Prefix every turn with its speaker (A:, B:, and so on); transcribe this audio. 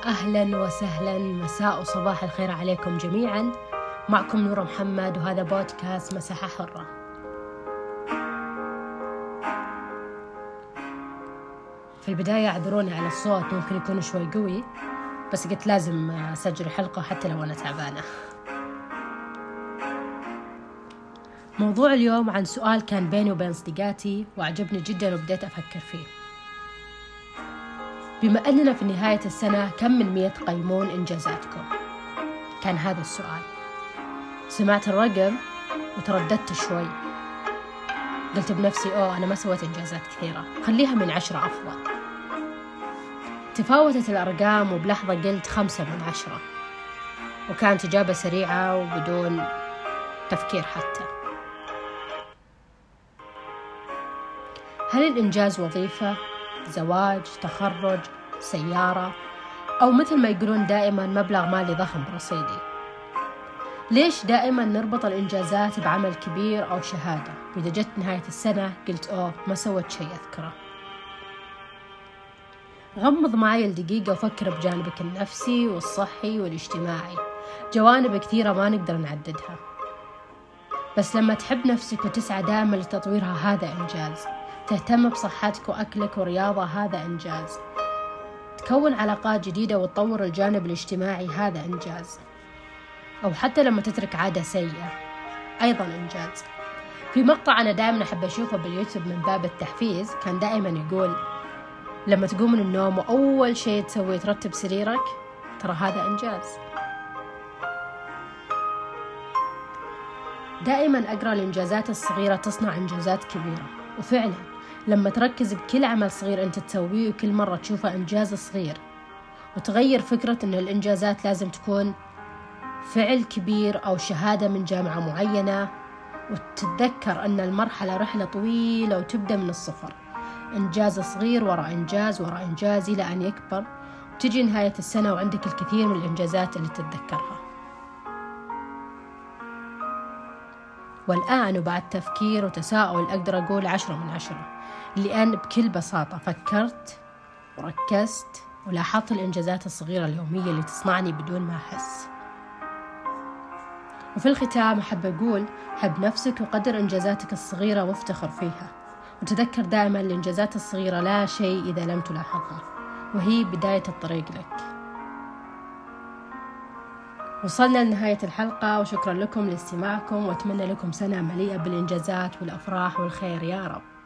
A: أهلا وسهلا، مساء وصباح الخير عليكم جميعا. معكم نورة محمد وهذا بودكاست مساحة حرة. في البداية اعذروني على الصوت، ممكن يكون شوي قوي، بس قلت لازم أسجل حلقة حتى لو أنا تعبانة. موضوع اليوم عن سؤال كان بيني وبين صديقاتي وعجبني جدا وبديت أفكر فيه. بما أننا في نهاية السنة، كم من 100 تقيمون إنجازاتكم؟ كان هذا السؤال. سمعت الرقم وترددت شوي، قلت بنفسي أنا ما سويت إنجازات كثيرة، خليها من 10 أفضل. تفاوتت الأرقام وبلحظة قلت 5 من 10، وكانت إجابة سريعة وبدون تفكير حتى. هل الإنجاز وظيفة، زواج، تخرج، سيارة، أو مثل ما يقولون دائما مبلغ مالي ضخم برصيدي؟ ليش دائما نربط الإنجازات بعمل كبير أو شهادة؟ وإذا جت نهاية السنة قلت ما سويت شيء أذكره. غمض معي الدقيقة وفكر بجانبك النفسي والصحي والاجتماعي، جوانب كثيرة ما نقدر نعددها. بس لما تحب نفسك وتسعى دائما لتطويرها، هذا إنجاز. تهتم بصحتك وأكلك ورياضة، هذا إنجاز. تكون علاقات جديدة وتطور الجانب الاجتماعي، هذا إنجاز. أو حتى لما تترك عادة سيئة، أيضا إنجاز. في مقطع أنا دائما أحب أشوفه باليوتيوب من باب التحفيز، كان دائما يقول لما تقوم من النوم وأول شيء تسوي ترتب سريرك، ترى هذا إنجاز. دائما أقرأ الإنجازات الصغيرة تصنع إنجازات كبيرة. وفعلا لما تركز بكل عمل صغير أنت تسويه وكل مرة تشوفه إنجاز صغير، وتغير فكرة أن الإنجازات لازم تكون فعل كبير أو شهادة من جامعة معينة، وتتذكر أن المرحلة رحلة طويلة وتبدأ من الصفر، إنجاز صغير وراء إنجاز وراء إنجاز إلى أن يكبر، وتجي نهاية السنة وعندك الكثير من الإنجازات اللي تتذكرها. والآن وبعد تفكير وتساؤل أقدر أقول 10 من 10، لأن بكل بساطة فكرت وركزت ولاحظت الإنجازات الصغيرة اليومية اللي تصنعني بدون ما أحس. وفي الختام أحب أقول حب نفسك وقدر إنجازاتك الصغيرة وافتخر فيها، وتذكر دائما الإنجازات الصغيرة لا شيء إذا لم تلاحظها، وهي بداية الطريق لك. وصلنا لنهاية الحلقة، وشكرا لكم لاستماعكم، وأتمنى لكم سنة مليئة بالإنجازات والأفراح والخير يا رب.